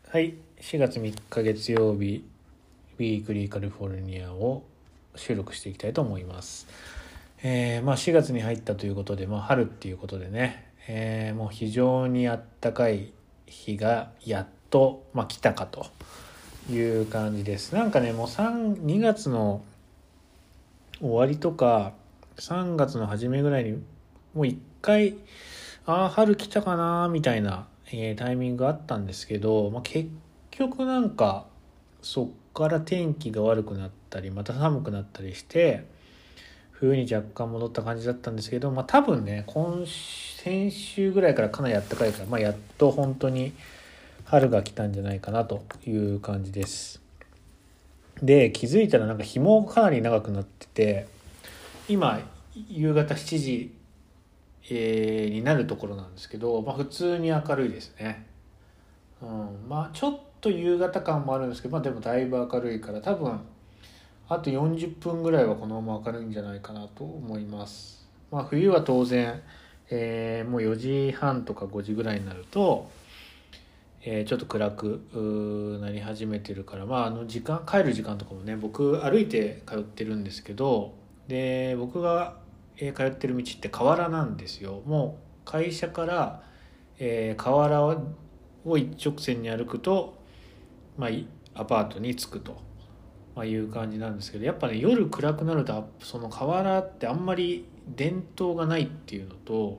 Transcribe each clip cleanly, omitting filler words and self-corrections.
はい、4月3日月曜日、ウィークリーカリフォルニアを収録していきたいと思います。4月に入ったということで、春っていうことでね、もう非常にあったかい日がやっと、来たかという感じです。なんかね、もう2月の終わりとか3月の初めぐらいにもう一回春来たかなみたいな、タイミングがあったんですけど、結局なんかそっから天気が悪くなったりまた寒くなったりして冬に若干戻った感じだったんですけど、多分ね先週ぐらいからかなり暖かいから、やっと本当に春が来たんじゃないかなという感じです。で、気づいたらなんか日もかなり長くなってて、今夕方7時、になるところなんですけど、普通に明るいですね。ちょっと夕方感もあるんですけど、でもだいぶ明るいから多分あと40分ぐらいはこのまま明るいんじゃないかなと思います。冬は当然、もう4時半とか5時ぐらいになると、ちょっと暗くなり始めてるから、帰る時間とかもね、僕歩いて通ってるんですけど、で僕が通ってる道って河原なんですよ。もう会社から、河原を一直線に歩くと、アパートに着くという感じなんですけど、やっぱね夜暗くなるとその河原ってあんまり電灯がないっていうのと、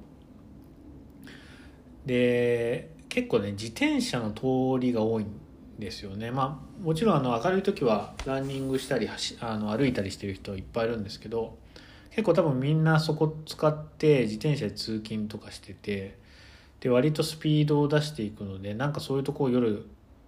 で結構ね自転車の通りが多いんですよね。もちろん明るい時はランニングしたり歩いたりしてる人いっぱいいるんですけど、結構多分みんなそこ使って自転車で通勤とかしてて、で割とスピードを出していくので、なんかそういうとこを夜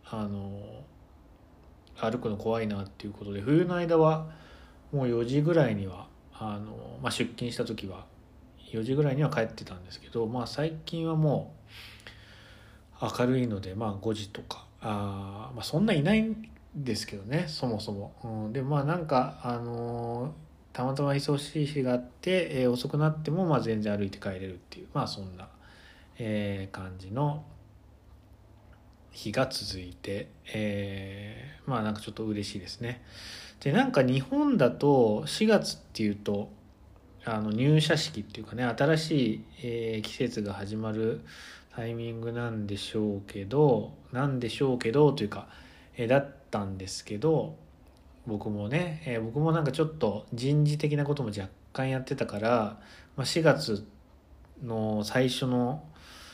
歩くの怖いなっていうことで、冬の間はもう4時ぐらいには出勤した時は4時ぐらいには帰ってたんですけど、最近はもう明るいので5時とかそんないないんですけどね、そもそも。でなんかたまたま忙しい日があって、遅くなっても全然歩いて帰れるっていう、そんな、感じの日が続いて、なんかちょっと嬉しいですね。でなんか日本だと4月っていうと入社式っていうかね、新しい、季節が始まるタイミングなんでしょうけどというか、だったんですけど、僕もなんかちょっと人事的なことも若干やってたから、4月の最初の、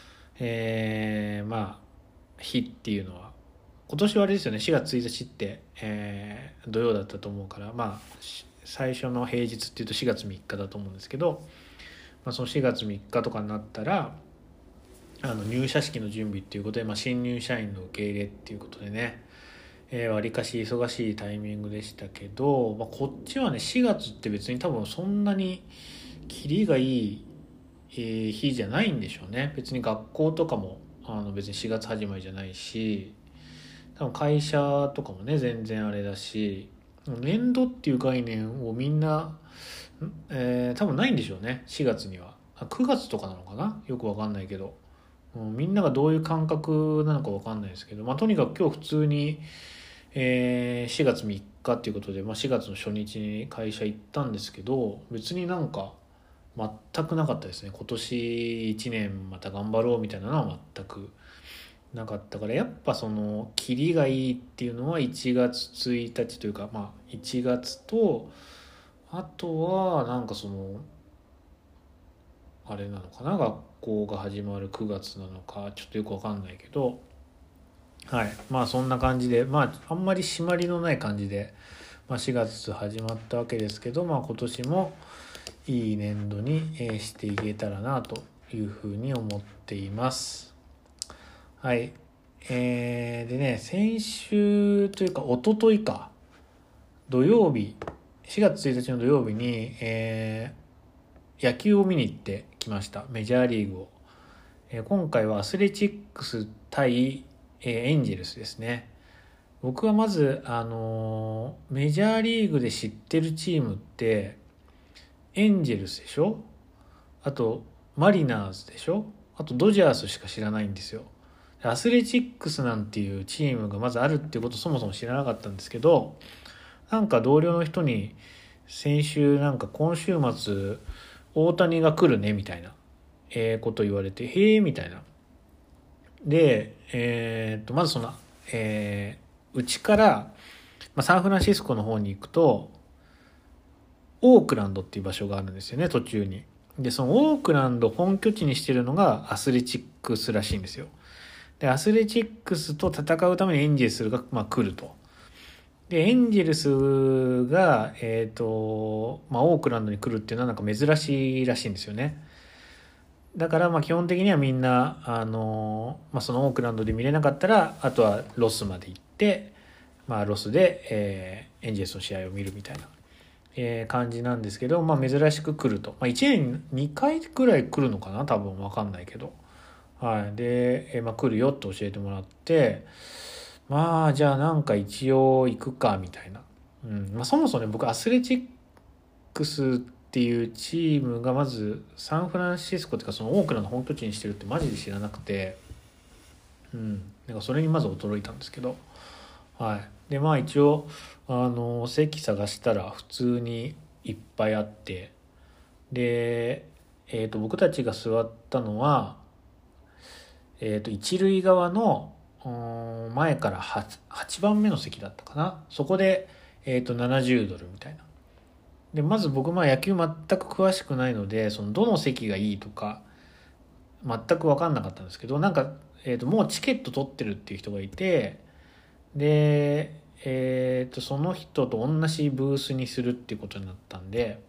日っていうのは今年はあれですよね、4月1日って、土曜だったと思うから、最初の平日っていうと4月3日だと思うんですけど、その4月3日とかになったら入社式の準備っていうことで、新入社員の受け入れっていうことでね、わりかし忙しいタイミングでしたけど、こっちはね4月って別に多分そんなにキリがいい、日じゃないんでしょうね。別に学校とかも別に4月始まりじゃないし、多分会社とかもね全然あれだし、年度っていう概念をみんな、多分ないんでしょうね、4月には。9月とかなのかな、よくわかんないけど、みんながどういう感覚なのかわかんないですけど、とにかく今日普通に、4月3日っていうことで、4月の初日に会社行ったんですけど、別になんか全くなかったですね。今年1年また頑張ろうみたいなのは全くなかったから、やっぱそのキリがいいっていうのは1月1日というか、1月と、あとはなんかそのあれなのかな、学校が始まる9月なのかちょっとよくわかんないけど、はい、そんな感じで、あんまり締まりのない感じで、4月始まったわけですけど、今年もいい年度にしていけたらなというふうに思っています。はい。でね、先週というか一昨日か、土曜日、4月1日の土曜日に、野球を見に行ってきました。メジャーリーグを。今回はアスレチックス対、エンジェルスですね。僕はまず、メジャーリーグで知ってるチームってエンジェルスでしょ、あとマリナーズでしょ、あとドジャースしか知らないんですよ。 アスレチックスなんていうチームがまずあるっていうことをそもそも知らなかったんですけど、なんか同僚の人に先週なんか今週末大谷が来るねみたいなこと言われて、へえみたいな。で、まずその、うちから、サンフランシスコの方に行くとオークランドっていう場所があるんですよね、途中に。でそのオークランド本拠地にしてるのがアスレチックスらしいんですよ。でアスレチックスと戦うためにエンジェルスが、来ると。でエンジェルスが、オークランドに来るっていうのはなんか珍しいらしいんですよね。だから基本的にはみんなそのオークランドで見れなかったらあとはロスまで行って、ロスで、エンジェルスの試合を見るみたいな、感じなんですけど、珍しく来ると、1年2回くらい来るのかな、多分分かんないけど、はい、で、来るよって教えてもらって、じゃあなんか一応行くかみたいな、そもそもね僕アスレチックスっていうチームがまずサンフランシスコっていうかそのオークランドの本拠地にしてるってマジで知らなくて、なんかそれにまず驚いたんですけど、はい。で一応席探したら普通にいっぱいあって、で僕たちが座ったのは一塁側の前から 8番目の席だったかな。そこで70ドルみたいな。でまず僕野球全く詳しくないのでそのどの席がいいとか全く分かんなかったんですけど、なんか、もうチケット取ってるっていう人がいて、でその人と同じブースにするっていうことになったんで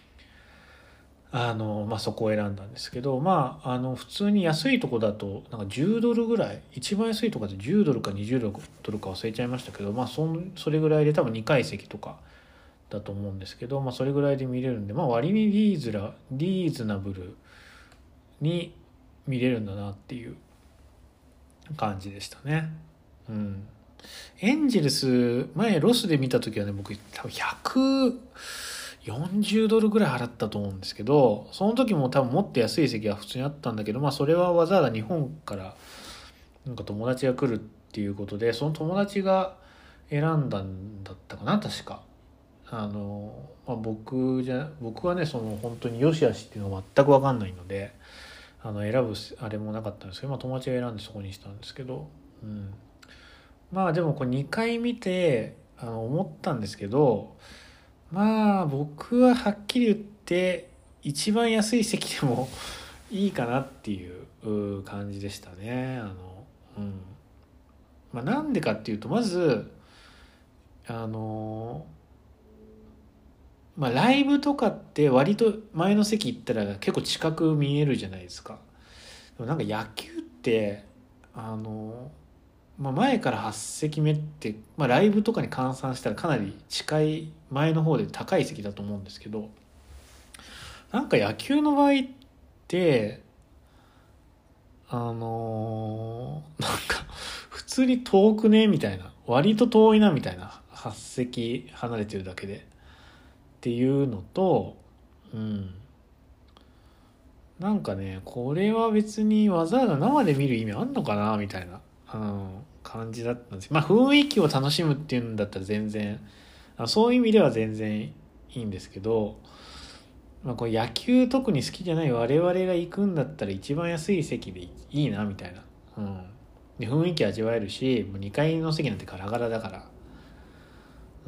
そこを選んだんですけど、普通に安いとこだとなんか10ドルぐらい、一番安いとこで10ドルか20ドルか忘れちゃいましたけど、それぐらいで多分2階席とかだと思うんですけど、それぐらいで見れるんで、割にリーズナブルに見れるんだなっていう感じでしたね。エンジェルス前ロスで見た時はね、僕多分140ドルぐらい払ったと思うんですけど、その時も多分もっと安い席は普通にあったんだけど、それはわざわざ日本からなんか友達が来るっていうことで、その友達が選んだんだったかな確か。僕はねその本当に良し悪しっていうのは全く分かんないので選ぶあれもなかったんですけど、友達が選んでそこにしたんですけど、でもこれ2回見て思ったんですけど、僕ははっきり言って一番安い席でもいいかなっていう感じでしたね。なんでかっていうと、まずライブとかって割と前の席行ったら結構近く見えるじゃないですか。でもなんか野球って前から8席目って、ライブとかに換算したらかなり近い前の方で高い席だと思うんですけど、なんか野球の場合ってなんか普通に遠くねみたいな、割と遠いなみたいな、8席離れてるだけでっていうのと、なんかねこれは別にわざわざ生で見る意味あんのかなみたいな、感じだったんです。雰囲気を楽しむっていうんだったら全然そういう意味では全然いいんですけど、これ野球特に好きじゃない我々が行くんだったら一番安い席でいいなみたいな、で雰囲気味わえるし、もう2階の席なんてガラガラだから、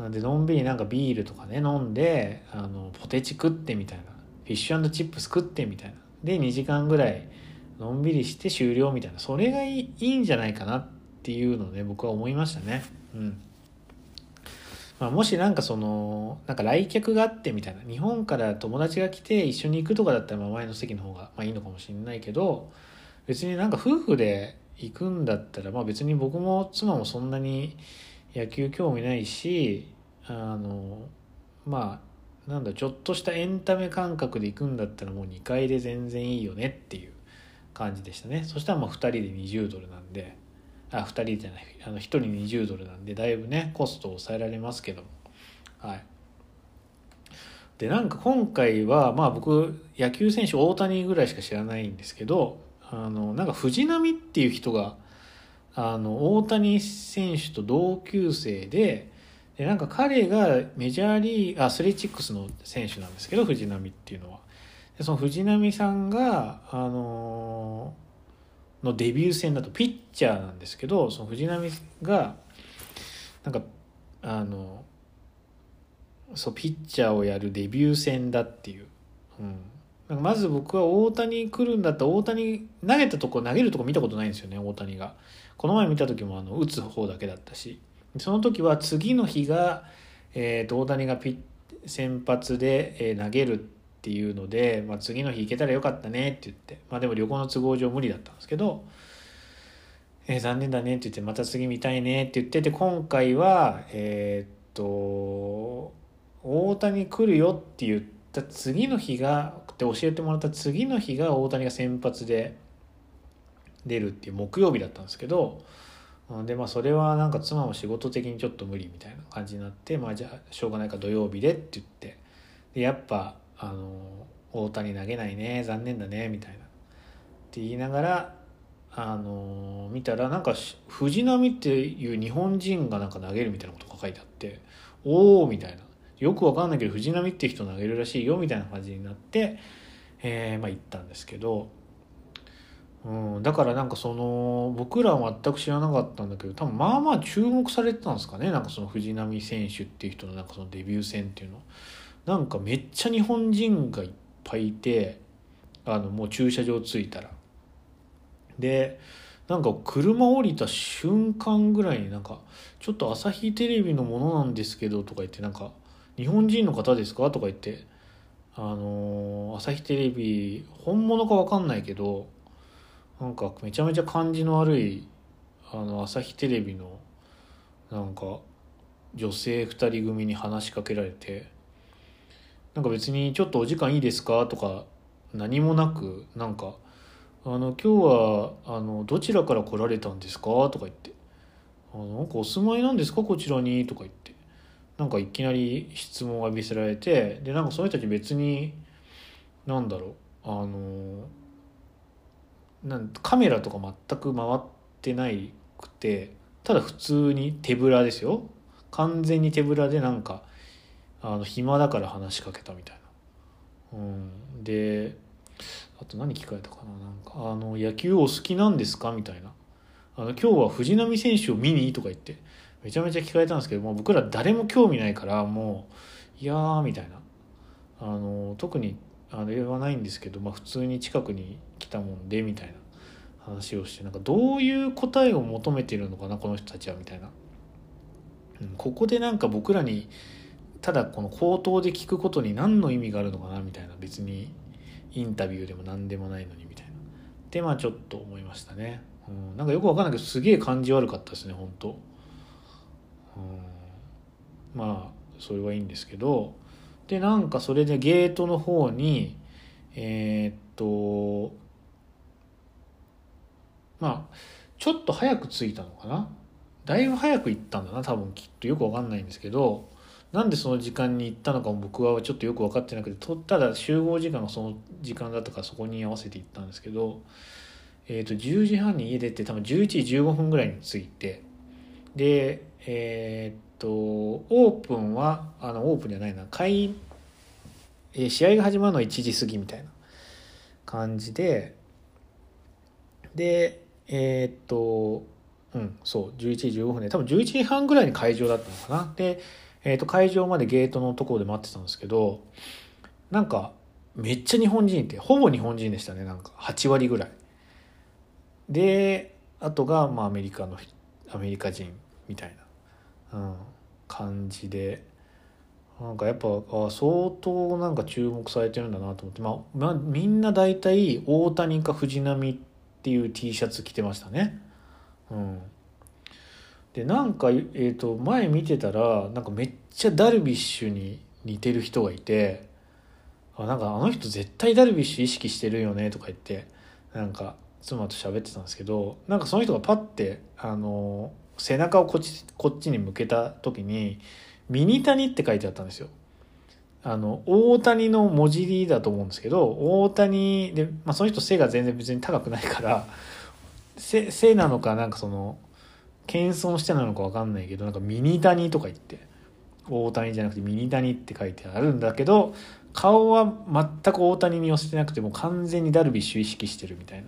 でのんびりなんかビールとかね飲んでポテチ食ってみたいな、フィッシュ&チップス食ってみたいなで2時間ぐらいのんびりして終了みたいな、それがいいんじゃないかなっていうのをね僕は思いましたね。もしなんかなんか来客があってみたいな、日本から友達が来て一緒に行くとかだったら前の席の方がいいのかもしれないけど、別になんか夫婦で行くんだったら別に僕も妻もそんなに野球興味ないし、ちょっとしたエンタメ感覚で行くんだったらもう2階で全然いいよねっていう感じでしたね。そしたら2人で20ドルなんで、2人じゃない1人20ドルなんでだいぶねコストを抑えられますけども、でなんか今回は僕野球選手大谷ぐらいしか知らないんですけど、なんか藤浪っていう人が大谷選手と同級生でなんか彼がメジャーリーグアスレチックスの選手なんですけど、藤浪っていうのは。でその藤浪さんが、のデビュー戦だとピッチャーなんですけど、その藤浪がなんかそうピッチャーをやるデビュー戦だっていう、なんかまず僕は大谷来るんだったら大谷投げるとこ見たことないんですよね。大谷がこの前見た時も打つ方だけだったし、その時は次の日が、大谷が先発で、投げるっていうので、次の日行けたらよかったねって言って、でも旅行の都合上無理だったんですけど、残念だねって言ってまた次見たいねって言ってて、今回は大谷来るよって言った次の日がって教えてもらった次の日が大谷が先発で出るっていう木曜日だったんですけど、でそれはなんか妻も仕事的にちょっと無理みたいな感じになって、じゃあしょうがないから土曜日でって言って、でやっぱ大谷投げないね残念だねみたいなって言いながら見たらなんか藤浪っていう日本人がなんか投げるみたいなことが書いてあって、おおみたいな、よくわかんないけど藤浪っていう人投げるらしいよみたいな感じになって、行ったんですけど、だからなんか僕らは全く知らなかったんだけど、多分まあまあ注目されてたんですかね。なんかその藤浪選手っていう人のなんかそのデビュー戦っていうのなんかめっちゃ日本人がいっぱいいて、もう駐車場着いたらでなんか車降りた瞬間ぐらいになんかちょっと朝日テレビのものなんですけどとか言って、なんか日本人の方ですかとか言って、朝日テレビ本物か分かんないけどなんかめちゃめちゃ感じの悪い朝日テレビのなんか女性2人組に話しかけられて、なんか別にちょっとお時間いいですかとか何もなく、なんか今日はどちらから来られたんですかとか言って、なんかお住まいなんですかこちらにとか言って、なんかいきなり質問を浴びせられて、でなんかその人たち別になんだろうカメラとか全く回ってないくて、ただ普通に手ぶらですよ、完全に手ぶらでなんか暇だから話しかけたみたいな、であと何聞かれたかな、なんか野球お好きなんですかみたいな、今日は藤浪選手を見にとか言ってめちゃめちゃ聞かれたんですけど、もう僕ら誰も興味ないからもういやーみたいな、特にあれはないんですけど、普通に近くに来たもんでみたいな話をして、なんかどういう答えを求めているのかなこの人たちはみたいな、ここでなんか僕らにただこの口頭で聞くことに何の意味があるのかなみたいな、別にインタビューでも何でもないのにみたいなでちょっと思いましたね、なんかよく分かんないけどすげえ感じ悪かったですね本当、それはいいんですけど、でなんかそれでゲートの方にちょっと早く着いたのかな、だいぶ早く行ったんだな多分、きっとよく分かんないんですけど、なんでその時間に行ったのかも僕はちょっとよく分かってなくて、ただ集合時間がその時間だったからそこに合わせて行ったんですけど、10時半に家出て多分11時15分ぐらいに着いて、でオープンはオープンじゃないな、試合が始まるのは1時過ぎみたいな感じで、そう11時15分で多分11時半ぐらいに会場だったのかな。で、会場までゲートのところで待ってたんですけど、なんかめっちゃ日本人ってほぼ日本人でしたね。なんか8割ぐらいで、あとがアメリカ人みたいな、感じで、なんかやっぱ相当なんか注目されてるんだなと思って、みんな大体大谷か藤浪っていう T シャツ着てましたね。でなんか、前見てたらなんかめっちゃダルビッシュに似てる人がいて、なんかあの人絶対ダルビッシュ意識してるよねとか言ってなんか妻と喋ってたんですけど、なんかその人がパッて背中をこっちに向けた時にミニタニって書いてあったんですよ。大谷の文字入りだと思うんですけど、大谷で、その人背が全然別に高くないからせなのかなんかその謙遜してなのか分かんないけど、なんかミニタニとか言って、大谷じゃなくてミニタニって書いてあるんだけど、顔は全く大谷に寄せてなくて、もう完全にダルビッシュ意識してるみたいな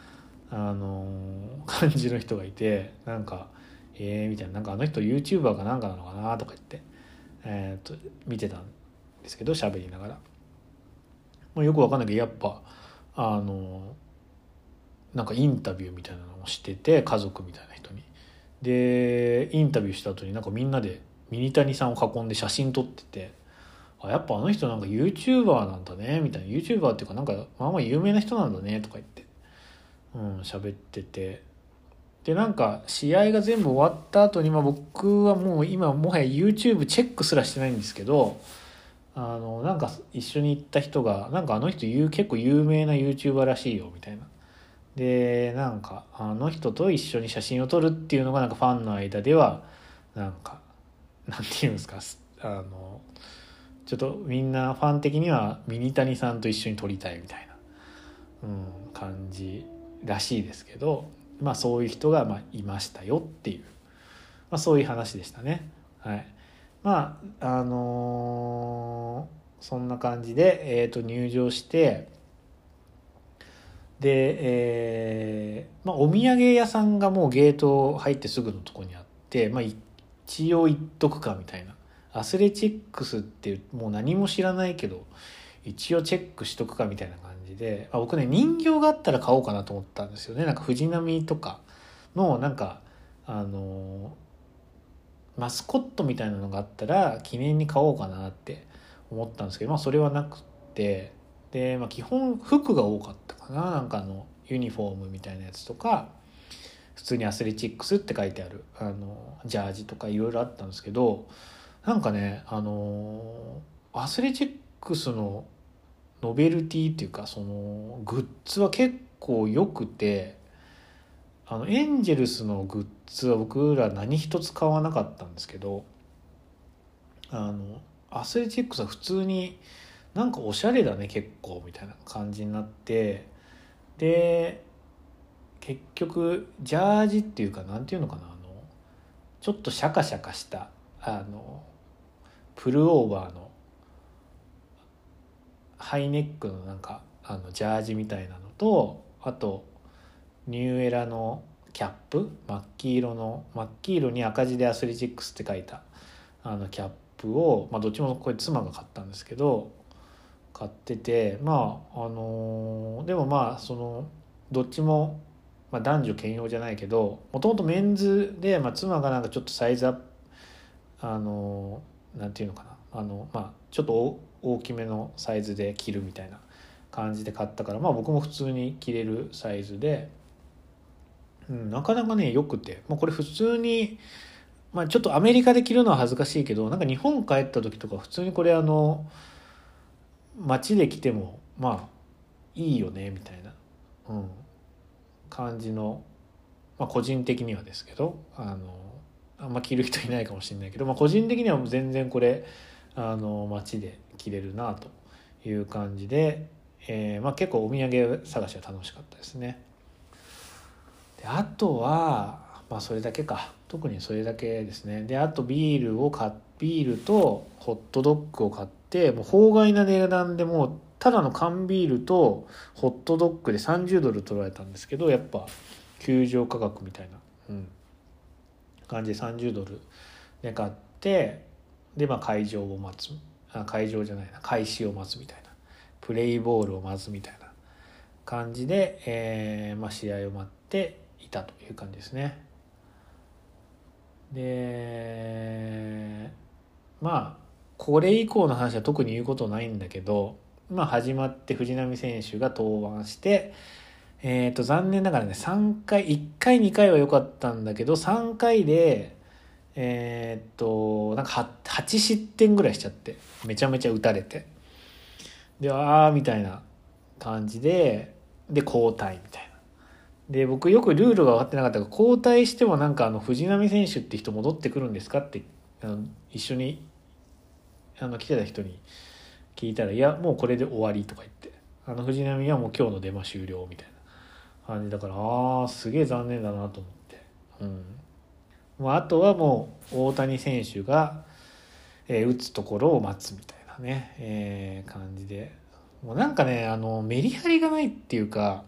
感じの人がいて、なんかみたいな、なんかあの人 YouTuber かなんかなのかなとか言って、見てたんですけど、喋りながら、もうよくわかんないけど、やっぱなんかインタビューみたいなのをしてて、家族みたいな人に。でインタビューした後になんかみんなでミニタニさんを囲んで写真撮ってて、あ、やっぱあの人なんか YouTuber なんだねみたいな、 YouTuber っていうかなんかまあまあ有名な人なんだねとか言って喋ってて、でなんか試合が全部終わった後に、まあ、僕はもう今もはや YouTube チェックすらしてないんですけど、なんか一緒に行った人がなんかあの人結構有名な YouTuber らしいよみたいな、でなんかあの人と一緒に写真を撮るっていうのがなんかファンの間ではなんかなんていうんですか、ちょっとみんなファン的にはミニタニさんと一緒に撮りたいみたいな、感じらしいですけど、まあそういう人がまあいましたよっていう、まあ、そういう話でしたね。はい。まあそんな感じで、入場して、で、まあ、お土産屋さんがもうゲート入ってすぐのとこにあって、まあ、一応行っとくかみたいな。アスレチックスってもう何も知らないけど一応チェックしとくかみたいな感じで、僕ね人形があったら買おうかなと思ったんですよね。なんか藤波とかのなんかマスコットみたいなのがあったら記念に買おうかなって思ったんですけど、まあそれはなくて、で、まあ、基本服が多かったかな。なんかユニフォームみたいなやつとか、普通にアスレチックスって書いてあるジャージとかいろいろあったんですけど、なんかねアスレチックスのノベルティっていうかそのグッズは結構良くて、エンジェルスのグッズは僕ら何一つ買わなかったんですけど、アスレチックスは普通になんかおしゃれだね結構みたいな感じになって、で結局ジャージっていうかなんていうのかな、ちょっとシャカシャカしたプルオーバーのハイネックのなんかジャージみたいなのと、あとニューエラのキャップ、真っ黄色に赤字でアスレチックスって書いたキャップを、まあ、どっちもこれ妻が買ったんですけど買ってて、まあでもまあそのどっちも、まあ、男女兼用じゃないけど、もともとメンズで、まあ、妻がなんかちょっとサイズアップなんていうのかな、まあちょっと大きめのサイズで着るみたいな感じで買ったから、まあ僕も普通に着れるサイズで、なかなかね良くて、まあ、これ普通に、まあ、ちょっとアメリカで着るのは恥ずかしいけど、なんか日本帰った時とか普通にこれ街で着てもまあいいよねみたいな、感じの、まあ個人的にはですけど、あんま着る人いないかもしれないけど、まあ、個人的には全然これ街で着れるなという感じで、まあ、結構お土産探しは楽しかったですね。であとはまあそれだけか、特にそれだけですね。であとビールとホットドッグを買って、もう法外な値段でもうただの缶ビールとホットドッグで$30取られたんですけど、やっぱ球場価格みたいな、感じで$30で買って、でまあ会場を待つ、会場じゃないな、開始を待つみたいな、プレイボールを待つみたいな感じで、まあ、試合を待っていたという感じですね。でまあこれ以降の話は特に言うことないんだけど、まあ始まって藤浪選手が登板して、残念ながらね3回1回2回は良かったんだけど、3回でなんか 8失点ぐらいしちゃって、めちゃめちゃ打たれて、でみたいな感じで交代みたいな。で僕よくルールが分かってなかったから、交代してもなんか藤浪選手って人戻ってくるんですかって一緒に来てた人に聞いたら、いやもうこれで終わりとか言って、藤浪はもう今日の出番終了みたいな感じだからすげえ残念だなと思って、あとはもう大谷選手が、打つところを待つみたいなね、感じで、もうなんかねメリハリがないっていうか、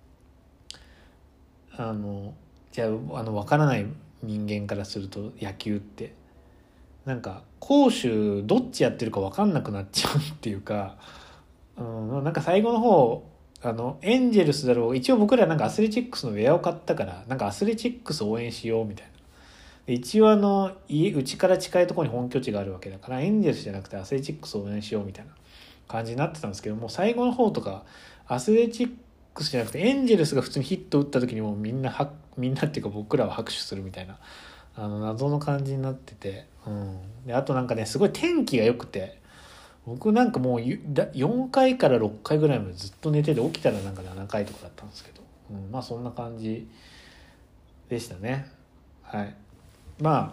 じゃあ分からない人間からすると野球ってなんか攻守どっちやってるか分かんなくなっちゃうっていうか、なんか最後の方エンジェルスだろう、一応僕らなんかアスレチックスのウェアを買ったからなんかアスレチックス応援しようみたいな。一応うちから近いところに本拠地があるわけだからエンジェルスじゃなくてアスレチックスを応援しようみたいな感じになってたんですけども、最後の方とかアスレチックスじゃなくてエンジェルスが普通にヒット打った時にもみんなっていうか僕らは拍手するみたいな謎の感じになってて、であとなんかねすごい天気が良くて、僕なんかもう4回から6回ぐらいまでずっと寝てて起きたらなんか7回とかだったんですけど、まあそんな感じでしたね。はい。ま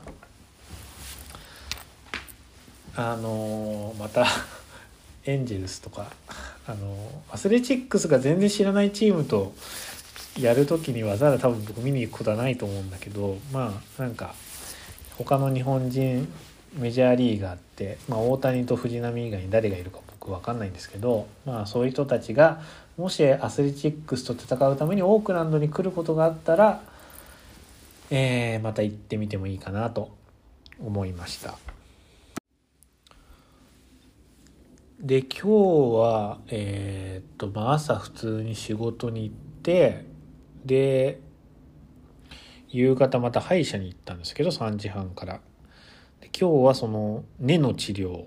あまたエンジェルスとかアスレチックスが全然知らないチームとやるときにわざわざ多分僕見に行くことはないと思うんだけど、まあなんか他の日本人メジャーリーガーって、大谷と藤浪以外に誰がいるか僕分かんないんですけど、そういう人たちがもしアスレチックスと戦うためにオークランドに来ることがあったら、また行ってみてもいいかなと思いました。で今日は朝普通に仕事に行ってで夕方また歯医者に行ったんですけど3時半から。で今日はその根の治療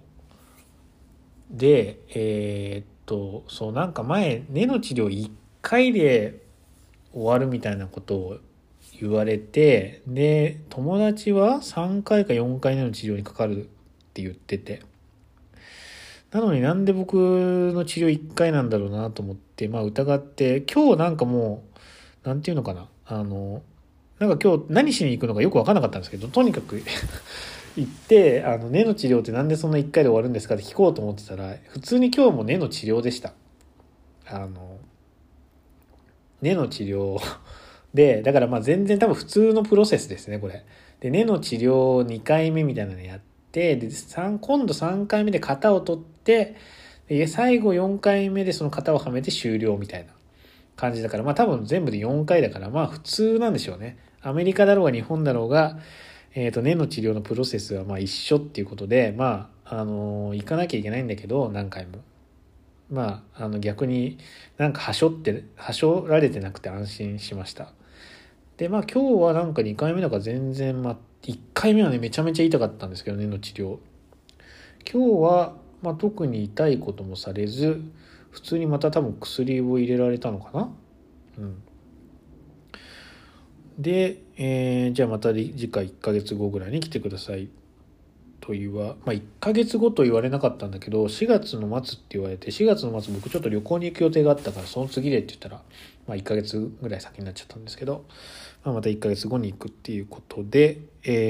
でそうなんか前根の治療1回で終わるみたいなことを言われて、で友達は3回か4回根の治療にかかるって言ってて、なのになんで僕の治療1回なんだろうなと思って疑って、今日なんかもうなんていうのかななんか今日何しに行くのかよく分かんなかったんですけど、とにかく行って根の治療ってなんでそんな1回で終わるんですかって聞こうと思ってたら、普通に今日も根の治療でした。根の治療でだから全然多分普通のプロセスですねこれで。根の治療2回目みたいなのやってで今度3回目で型を取ってで最後4回目でその型をはめて終了みたいな感じだから、多分全部で4回だから普通なんでしょうね。アメリカだろうが日本だろうが、根の治療のプロセスは一緒っていうことで行かなきゃいけないんだけど何回も逆になんかはしょられてなくて安心しました。で今日はなんか2回目だから全然1回目はねめちゃめちゃ痛かったんですけどねの治療。今日は特に痛いこともされず普通にまた多分薬を入れられたのかな。で、じゃあまた次回1ヶ月後ぐらいに来てくださいと1ヶ月後と言われなかったんだけど4月の末って言われて、4月の末僕ちょっと旅行に行く予定があったからその次でって言ったら1ヶ月ぐらい先になっちゃったんですけど、また1ヶ月後に行くっていうことで、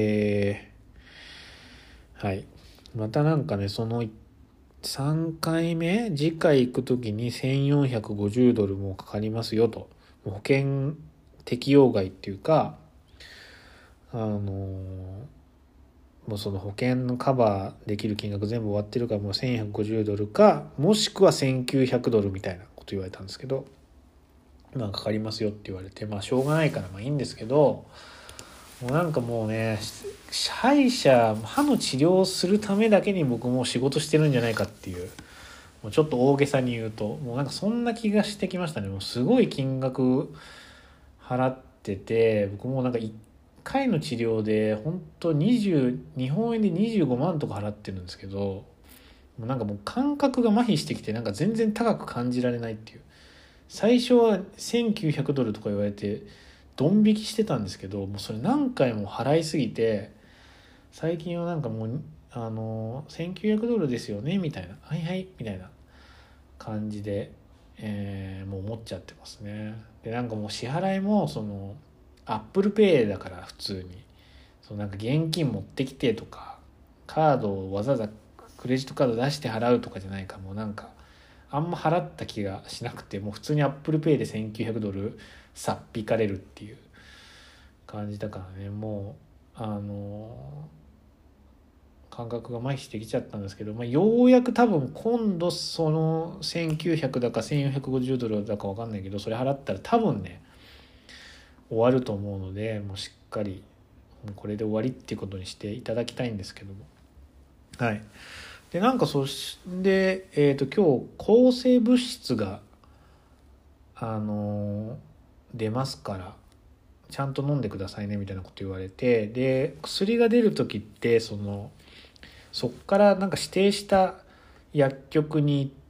はいまたなんかねその3回目次回行く時に$1450もかかりますよと、保険適用外っていうかもうその保険のカバーできる金額全部終わってるからもう$1150かもしくは$1900みたいなこと言われたんですけど、かかりますよって言われてしょうがないからいいんですけど、もうなんかもうね歯の治療をするためだけに僕も仕事してるんじゃないかっていう、もうちょっと大げさに言うともうなんかそんな気がしてきましたね。もうすごい金額払ってて、僕もなんか1回の治療で本当日本円で25万とか払ってるんですけど、もうなんかもう感覚が麻痺してきてなんか全然高く感じられないっていう。最初は$1900とか言われてドン引きしてたんですけど、もうそれ何回も払いすぎて最近はなんかもう$1900ですよねみたいな、はいはいみたいな感じで、もう思っちゃってますね。でなんかもう支払いもそのアップルペイだから普通になんか現金持ってきてとかカードをわざわざクレジットカード出して払うとかじゃないか、もうなんかあんま払った気がしなくて、もう普通に Apple Pay で$1900さっ引かれるっていう感じだからね、もう感覚が麻痺してきちゃったんですけど、ようやく多分今度その1900だか$1450だか分かんないけど、それ払ったら多分ね終わると思うので、もうしっかりもうこれで終わりっていうことにしていただきたいんですけども、はい。でなんかそして、今日抗生物質が出ますからちゃんと飲んでくださいねみたいなこと言われて、で薬が出る時ってそっからなんか指定した薬局に行って、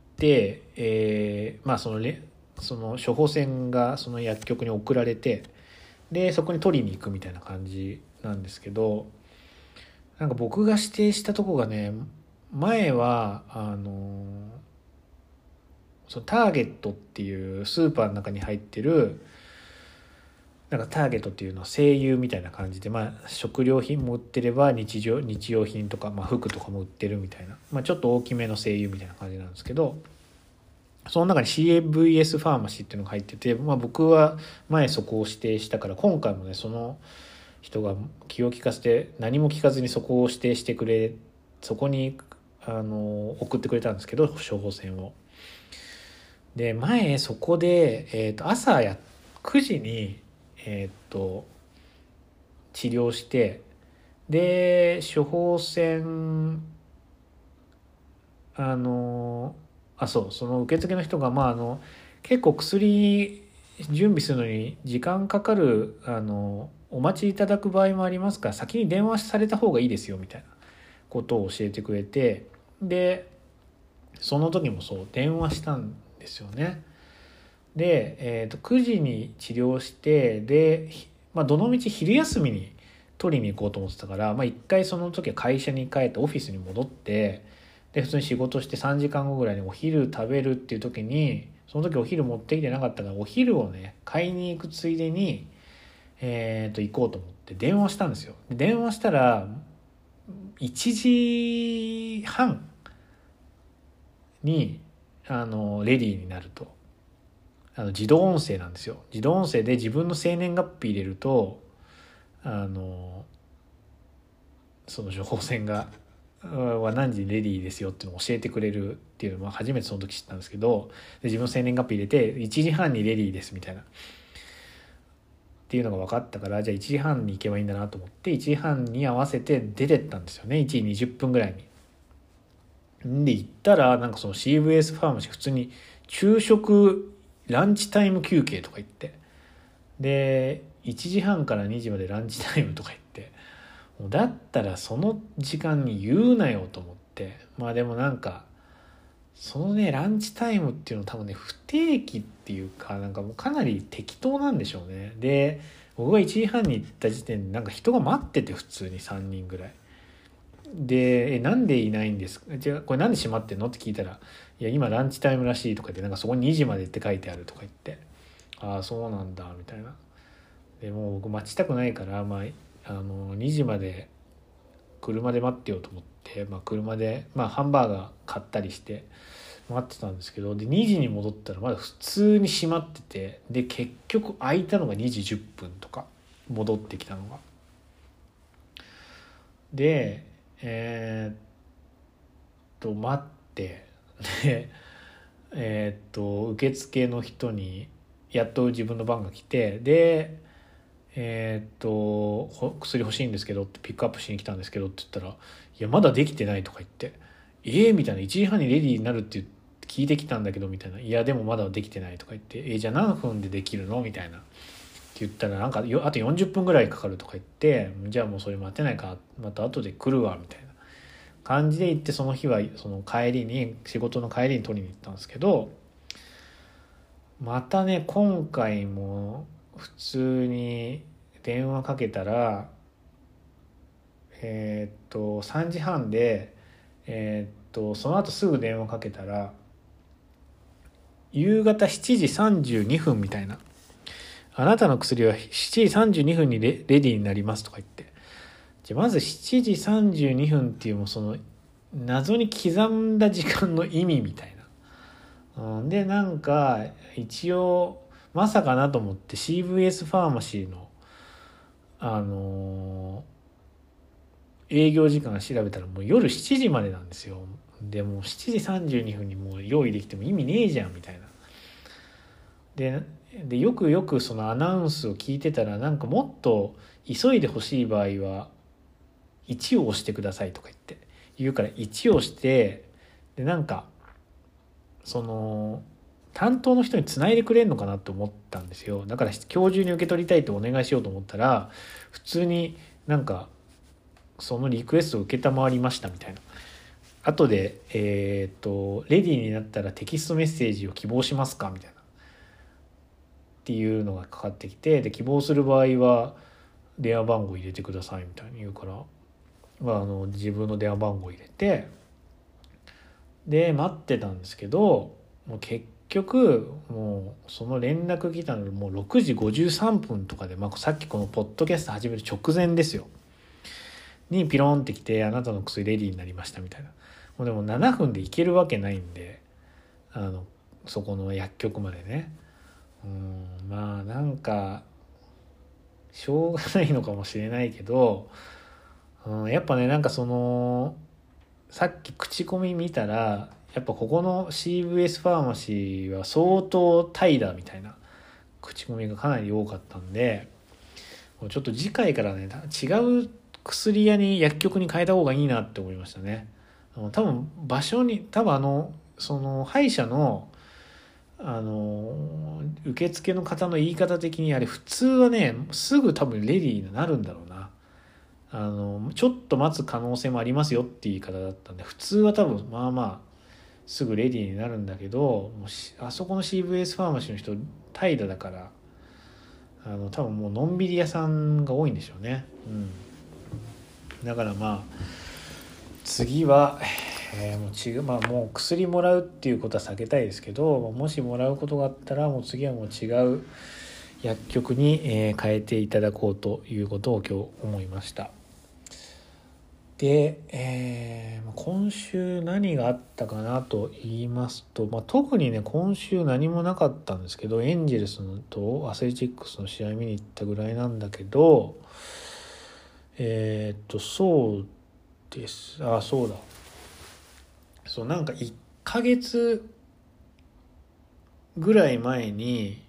その処方箋がその薬局に送られて、でそこに取りに行くみたいな感じなんですけど、なんか僕が指定したとこがね、前はそのターゲットっていうスーパーの中に入ってる、なんかターゲットっていうのは西友みたいな感じで、食料品も売ってれば日用品とか、服とかも売ってるみたいな、ちょっと大きめの西友みたいな感じなんですけど、その中に CVS ファーマシーっていうのが入ってて、僕は前そこを指定したから、今回もねその人が気を利かせて何も聞かずにそこを指定してくれ、そこに送ってくれたんですけど、処方箋を。で前そこで、朝9時に治療して、で処方箋その受付の人が結構薬準備するのに時間かかるお待ちいただく場合もありますから先に電話された方がいいですよみたいなことを教えてくれて、でその時もそう電話したんですよね。で、9時に治療して、で、どのみち昼休みに取りに行こうと思ってたから、一回その時は会社に帰ってオフィスに戻って、で普通に仕事して3時間後ぐらいにお昼食べるっていう時に、その時お昼持ってきてなかったからお昼をね買いに行くついでに行こうと思って電話したんですよ。電話したら1時半にレディーになると、自動音声なんですよ。自動音声で自分の生年月日入れるとその処方箋がは何時にレディーですよっていうのを教えてくれるっていうのは初めてその時知ったんですけど、で自分の生年月日入れて1時半にレディーですみたいなっていうのが分かったから、じゃあ1時半に行けばいいんだなと思って1時半に合わせて出てったんですよね。1時20分ぐらいに。で行ったらなんかその CVS ファーマシー普通に昼食ランチタイム休憩とか言って、で1時半から2時までランチタイムとか言って、だったらその時間に言うなよと思って、でもなんかそのねランチタイムっていうの多分ね不定期っていうか、なんかもうかなり適当なんでしょうね。で僕が1時半に行った時点でなんか人が待ってて、普通に3人ぐらいで、なんでいないんですか、じゃあこれなんで閉まってんのって聞いたら、いや今ランチタイムらしいとか言って、なんかそこに2時までって書いてあるとか言って、ああそうなんだみたいな。でもう僕待ちたくないから、2時まで車で待ってようと思って、車で、ハンバーガー買ったりして待ってたんですけど、で2時に戻ったらまだ普通に閉まってて、で結局空いたのが2時10分とか、戻ってきたのが。で待ってで受付の人にやっと自分の番が来て、で薬欲しいんですけどってピックアップしに来たんですけどって言ったら、いやまだできてないとか言って、みたいな、1時半にレディーになるって聞いてきたんだけどみたいな、いやでもまだできてないとか言って、じゃあ何分でできるのみたいなって言ったら、なんかあと40分ぐらいかかるとか言って、じゃあもうそれ待てないからまた後で来るわみたいな感じで言って、その日はその仕事の帰りに取りに行ったんですけど、またね今回も普通に電話かけたら3時半でその後すぐ電話かけたら夕方7時32分みたいな、あなたの薬は7時32分にレディーになりますとか言って、じゃまず7時32分っていうもうその謎に刻んだ時間の意味みたいな、 でなんか一応まさかなと思って CVS ファーマシーの営業時間調べたらもう夜7時までなんですよ。でもう7時32分にもう用意できても意味ねえじゃんみたいな。でよくよくそのアナウンスを聞いてたらなんかもっと急いでほしい場合は1を押してくださいとか言うから1を押してでなんかその担当の人につないでくれるのかなと思ったんですよ。だから今日中に受け取りたいとお願いしようと思ったら普通になんかそのリクエストを承りましたみたいな。後でレディーになったらテキストメッセージを希望しますかみたいなっていうのがかかってきて、で希望する場合は電話番号入れてくださいみたいに言うから、自分の電話番号入れてで待ってたんですけど、もう結局もうその連絡来たのもう6時53分とかで、さっきこのポッドキャスト始める直前ですよにピロンってきて、あなたの薬レディーになりましたみたいな。もうでも7分で行けるわけないんで、そこの薬局までね。なんかしょうがないのかもしれないけど、やっぱねなんかそのさっき口コミ見たらやっぱここの CVS ファーマシーは相当タイだみたいな口コミがかなり多かったんで、ちょっと次回からね違う薬屋に薬局に変えた方がいいなって思いましたね。多分場所にその歯医者の受付の方の言い方的にあれ普通はねすぐ多分レディーになるんだろうな。ちょっと待つ可能性もありますよっていう言い方だったんで、普通は多分すぐレディーになるんだけど、もうあそこの CVS ファーマシーの人怠惰だから多分もうのんびり屋さんが多いんでしょうね。だから次は、もう薬もらうっていうことは避けたいですけど、もしもらうことがあったらもう次はもう違う薬局に、変えていただこうということを今日思いました。で、今週何があったかなと言いますと、特にね今週何もなかったんですけど、エンジェルスとアスレチックスの試合見に行ったぐらいなんだけど、そうです。そうだ。そうなんか1ヶ月ぐらい前に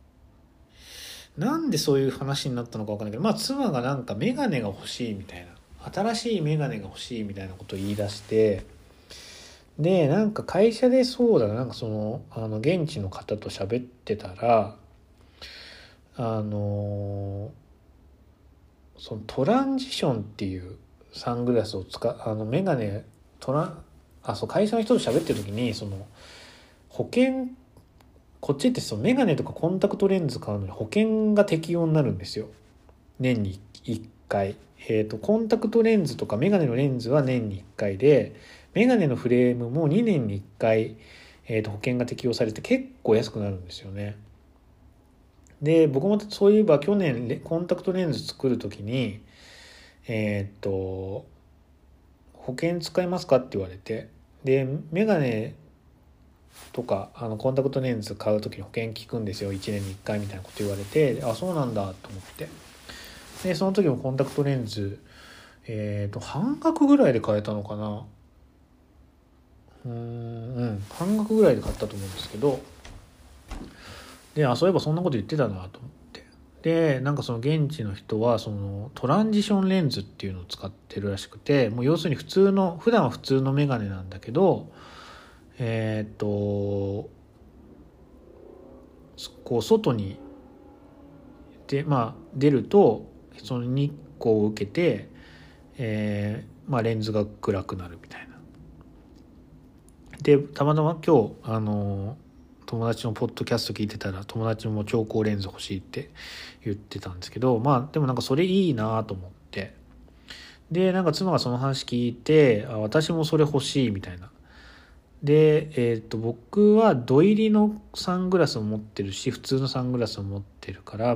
なんでそういう話になったのか分かんないけど、妻がなんかメガネが欲しいみたいな、新しいメガネが欲しいみたいなことを言い出して、でなんか会社でそうだな、なんかその現地の方と喋ってたらそのトランジションっていうサングラスをメガネ会社の人と喋ってる時にその保険、こっちってそのメガネとかコンタクトレンズ買うのに保険が適用になるんですよ、年に1回。コンタクトレンズとかメガネのレンズは年に1回で、メガネのフレームも2年に1回、保険が適用されて結構安くなるんですよね。で僕もそういえば去年コンタクトレンズ作る時に保険使いますかって言われて、でメガネとかコンタクトレンズ買う時に保険聞くんですよ、1年に1回みたいなこと言われて、そうなんだと思って、でその時もコンタクトレンズ半額ぐらいで買えたのかな、半額ぐらいで買ったと思うんですけど、でそういえばそんなこと言ってたなと思って、でなんかその現地の人はそのトランジションレンズっていうのを使ってるらしくて、もう要するに普段は普通のメガネなんだけどこう外に出るとその日光を受けて、レンズが暗くなるみたいな。でたまたま今日友達のポッドキャスト聞いてたら、友達も超光レンズ欲しいって言ってたんですけど、でもなんかそれいいなと思って、でなんか妻がその話聞いて、私もそれ欲しいみたいな。で、僕は土入りのサングラスを持ってるし普通のサングラスを持ってるから、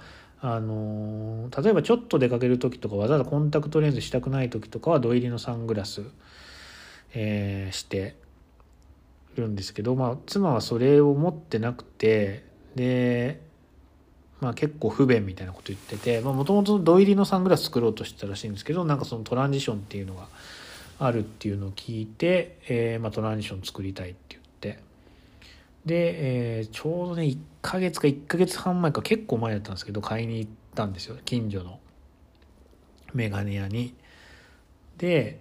例えばちょっと出かける時とかわざわざコンタクトレンズしたくない時とかは土入りのサングラス、してるんですけど、まあ、妻はそれを持ってなくて、で、まあ、結構不便みたいなこと言ってて、もともと土入りのサングラス作ろうとしてたらしいんですけど、なんかそのトランジションっていうのがあるっていうのを聞いて、まあ、トランジション作りたいって言って、で、ちょうどね1ヶ月か1ヶ月半前か結構前だったんですけど、買いに行ったんですよ、近所のメガネ屋に。で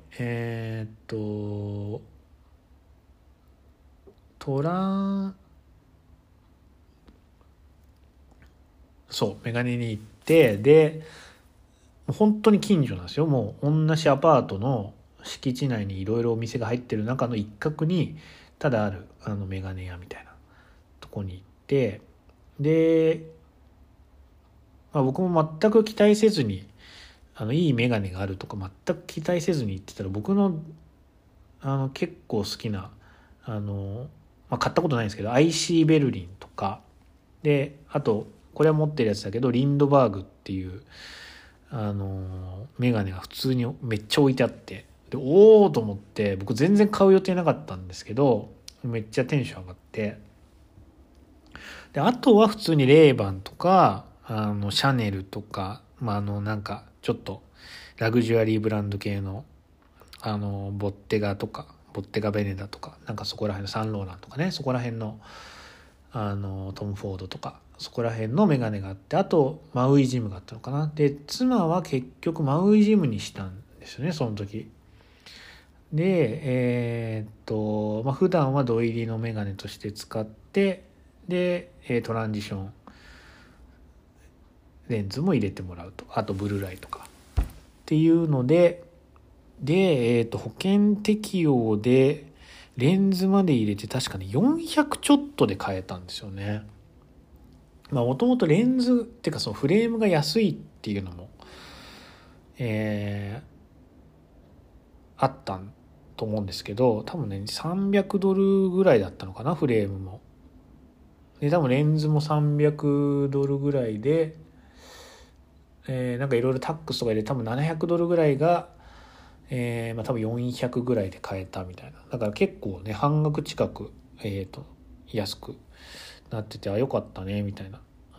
トランそうメガネに行って、で本当に近所なんですよ。もう同じアパートの敷地内にいろいろお店が入ってる中の一角にただあるメガネ屋みたいなとこに行って、で、まあ、僕も全く期待せずにいいメガネがあるとか全く期待せずに行ってたら、僕の結構好きなまあ、買ったことないんですけど IC ベルリンとかで、あとこれは持ってるやつだけどリンドバーグっていうメガネが普通にめっちゃ置いてあって、でおおと思って、僕全然買う予定なかったんですけどめっちゃテンション上がって、であとは普通にレーバンとかシャネルとか、まあ、なんかちょっとラグジュアリーブランド系のボッテガとかボッテガベネダとか、なんかそこら辺のサンローランとかね、そこら辺のトム・フォードとかそこら辺のメガネがあって、あとマウイジムがあったのかな。で妻は結局マウイジムにしたんですよね、その時で。まあ、普段は土入りのメガネとして使って、でトランジションレンズも入れてもらうと、あとブルーライとかっていうので、保険適用でレンズまで入れて確かに400ちょっとで買えたんですよね。まあもともとレンズっていうかそのフレームが安いっていうのも、あったと思うんですけど、多分ね300ドルぐらいだったのかな、フレームも。で多分レンズも300ドルぐらいで、なんかいろいろタックスとか入れて多分700ドルぐらいが、まあ多分400ぐらいで買えたみたいな。だから結構ね半額近く、安くなってて、あよかったねみたいな。うん。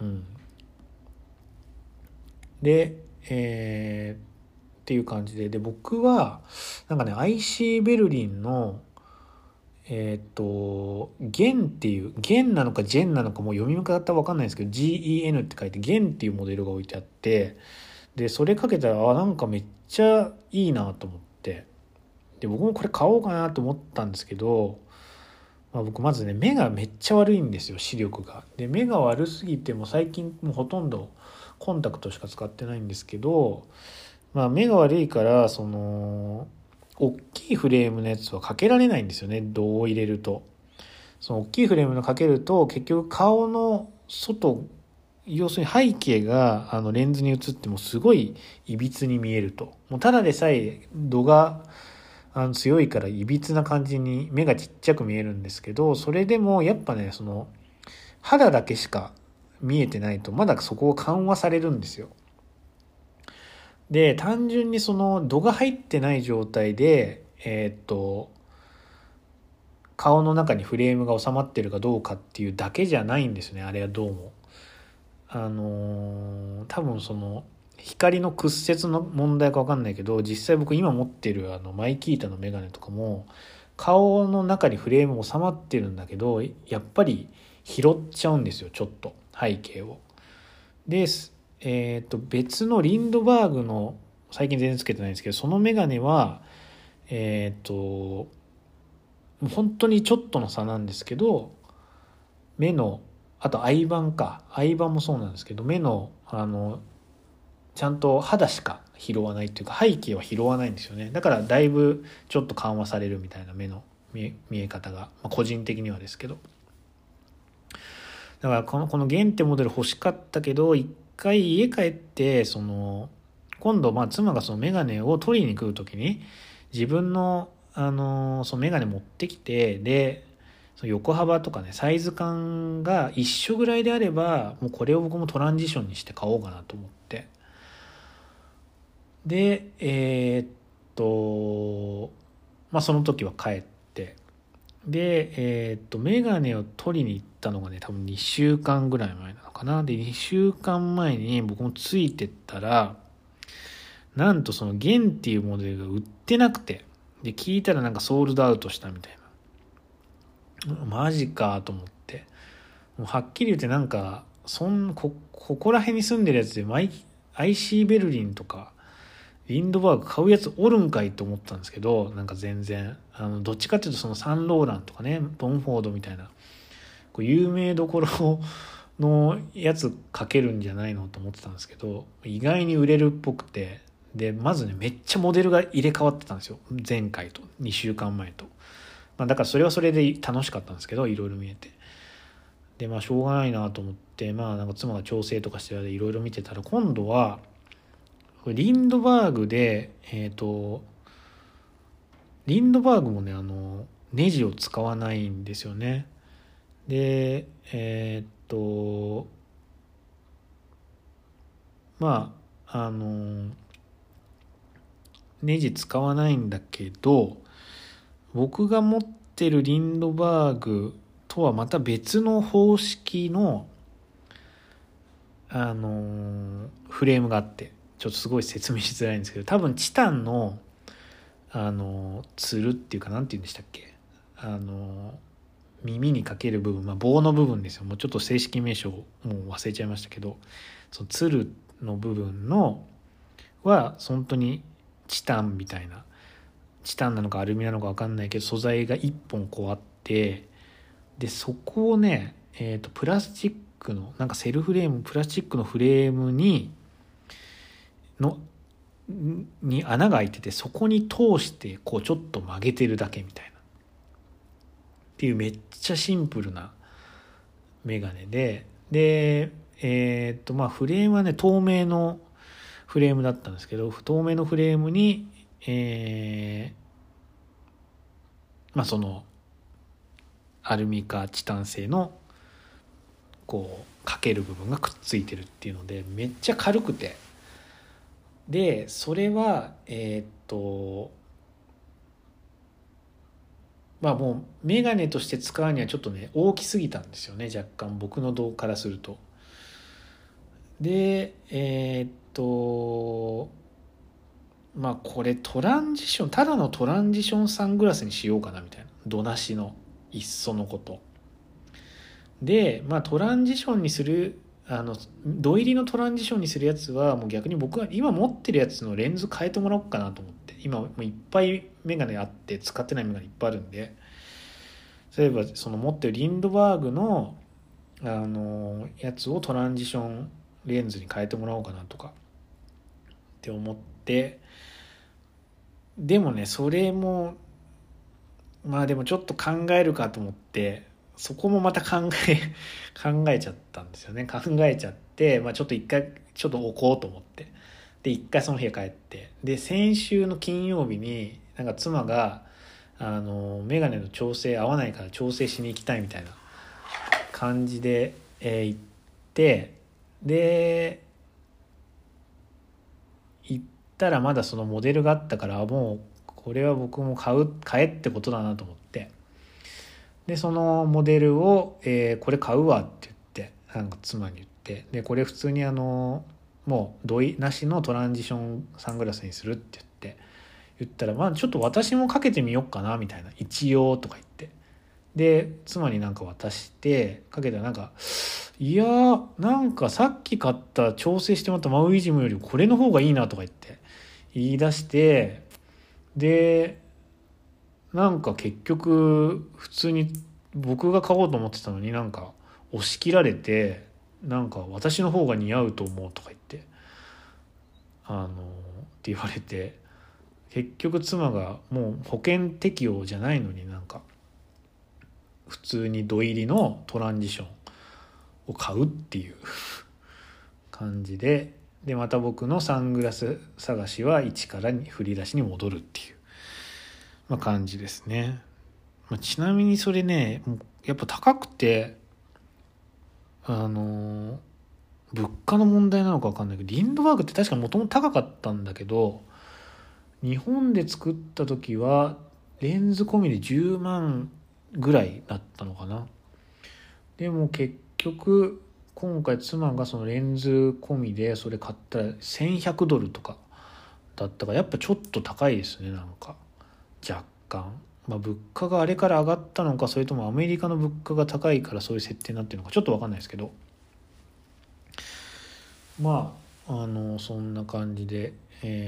で、っていう感じで、僕はなんかね IC ベルリンのゲンっていう、ゲンなのかジェンなのかもう読み方わかんないんですけど GEN って書いてゲンっていうモデルが置いてあって、でそれかけたらなんかめっちゃいいなと思って、で僕もこれ買おうかなと思ったんですけど、まあ、僕まずね目がめっちゃ悪いんですよ、視力が。で目が悪すぎても最近もうほとんどコンタクトしか使ってないんですけど、まあ目が悪いからその大きいフレームのやつはかけられないんですよね、度を入れると。その大きいフレームのかけると結局顔の外、要するに背景がレンズに映ってもすごいいびつに見えると。もうただでさえ度が強いからいびつな感じに目がちっちゃく見えるんですけど、それでもやっぱねその肌だけしか見えてないとまだそこを緩和されるんですよ。で単純にその度が入ってない状態で顔の中にフレームが収まってるかどうかっていうだけじゃないんですね、あれはどうも。多分その光の屈折の問題か分かんないけど、実際僕今持ってるマイキータのメガネとかも顔の中にフレーム収まってるんだけど、やっぱり拾っちゃうんですよ、ちょっと背景を。で、別のリンドバーグの最近全然つけてないんですけど、そのメガネは本当にちょっとの差なんですけど、目のあとアイバンもそうなんですけど、目のちゃんと肌しか拾わないっていうか背景は拾わないんですよね。だからだいぶちょっと緩和されるみたいな目の見え方が、まあ、個人的にはですけど。だからこのゲンってモデル欲しかったけど、一回家帰って今度まあ妻がそのメガネを取りに来る時に自分のそのメガネ持ってきて、でその横幅とかねサイズ感が一緒ぐらいであればもうこれを僕もトランジションにして買おうかなと思って、でまあその時は帰って、 でメガネを取りに行ったのがね多分2週間ぐらい前なのかな。で2週間前に僕もついてったら、なんとそのゲンっていうモデルが売ってなくて、で聞いたらなんかソールドアウトしたみたいな。マジかと思って、もうはっきり言ってなんかここら辺に住んでるやつでIC ベルリンとかリンドバーグ買うやつおるんかいと思ったんですけど、なんか全然どっちかっていうとそのサンローランとかねトム・フォードみたいなこう有名どころのやつかけるんじゃないのと思ってたんですけど、意外に売れるっぽくて、でまずねめっちゃモデルが入れ替わってたんですよ、前回と2週間前と。だからそれはそれで楽しかったんですけど、いろいろ見えて、でしょうがないなと思って、なんか妻が調整とかしていろいろ見てたら、今度はリンドバーグでリンドバーグもねネジを使わないんですよね。でネジ使わないんだけど、僕が持ってるリンドバーグとはまた別の方式のフレームがあって、ちょっとすごい説明しづらいんですけど、多分チタンのつるっていうか、なんて言うんでしたっけ、耳にかける部分、棒の部分ですよ。もうちょっと正式名称もう忘れちゃいましたけど、そのつるの部分のは本当にチタンみたいな、チタンなのかアルミなのか分かんないけど素材が1本こうあって、でそこをねプラスチックのなんかセルフレーム、プラスチックのフレームに穴が開いてて、そこに通してこうちょっと曲げてるだけみたいなっていうめっちゃシンプルなメガネで、フレームはね透明のフレームだったんですけど、透明のフレームにそのアルミかチタン製のこうかける部分がくっついてるっていうのでめっちゃ軽くて、でそれはもうメガネとして使うにはちょっとね大きすぎたんですよね、若干僕の度からすると。でこれトランジション、ただのトランジションサングラスにしようかなみたいな、度なしのいっそのことで、トランジションにする土入りのトランジションにするやつはもう逆に僕は今持ってるやつのレンズ変えてもらおうかなと思って、今もういっぱいメガネあって使ってないメガネいっぱいあるんで、例えばその持ってるリンドバーグのやつをトランジションレンズに変えてもらおうかなとかって思って、でもねそれもでもちょっと考えるかと思って、そこもまた考えちゃったんですよね。考えちゃって、ちょっと一回ちょっと置こうと思って、で一回その部屋帰って、で先週の金曜日になんか妻がメガネの調整合わないから調整しに行きたいみたいな感じで、行って、で行ったらまだそのモデルがあったから、もうこれは僕も買えってことだなと思って、でそのモデルを、これ買うわって言ってなんか妻に言って、でこれ普通にもう土井なしのトランジションサングラスにするって言ったら、ちょっと私もかけてみようかなみたいな、一応とか言って、で妻になんか渡してかけたら、なんかいやなんかさっき買った調整してもらったマウイジムよりこれの方がいいなとか言い出して、でなんか結局普通に僕が買おうと思ってたのになんか押し切られて、なんか私の方が似合うと思うとか言ってって言われて、結局妻がもう保険適用じゃないのになんか普通に土入りのトランジションを買うっていう感じで、また僕のサングラス探しは一から振り出しに戻るっていう、感じですね。ちなみにそれねやっぱ高くて物価の問題なのか分かんないけど、リンドバーグって確かもともと高かったんだけど、日本で作った時はレンズ込みで10万ぐらいだったのかな。でも結局今回妻がそのレンズ込みでそれ買ったら$1100とかだったからやっぱちょっと高いですね。なんか若干、物価があれから上がったのか、それともアメリカの物価が高いからそういう設定になってるのかちょっと分かんないですけど、そんな感じで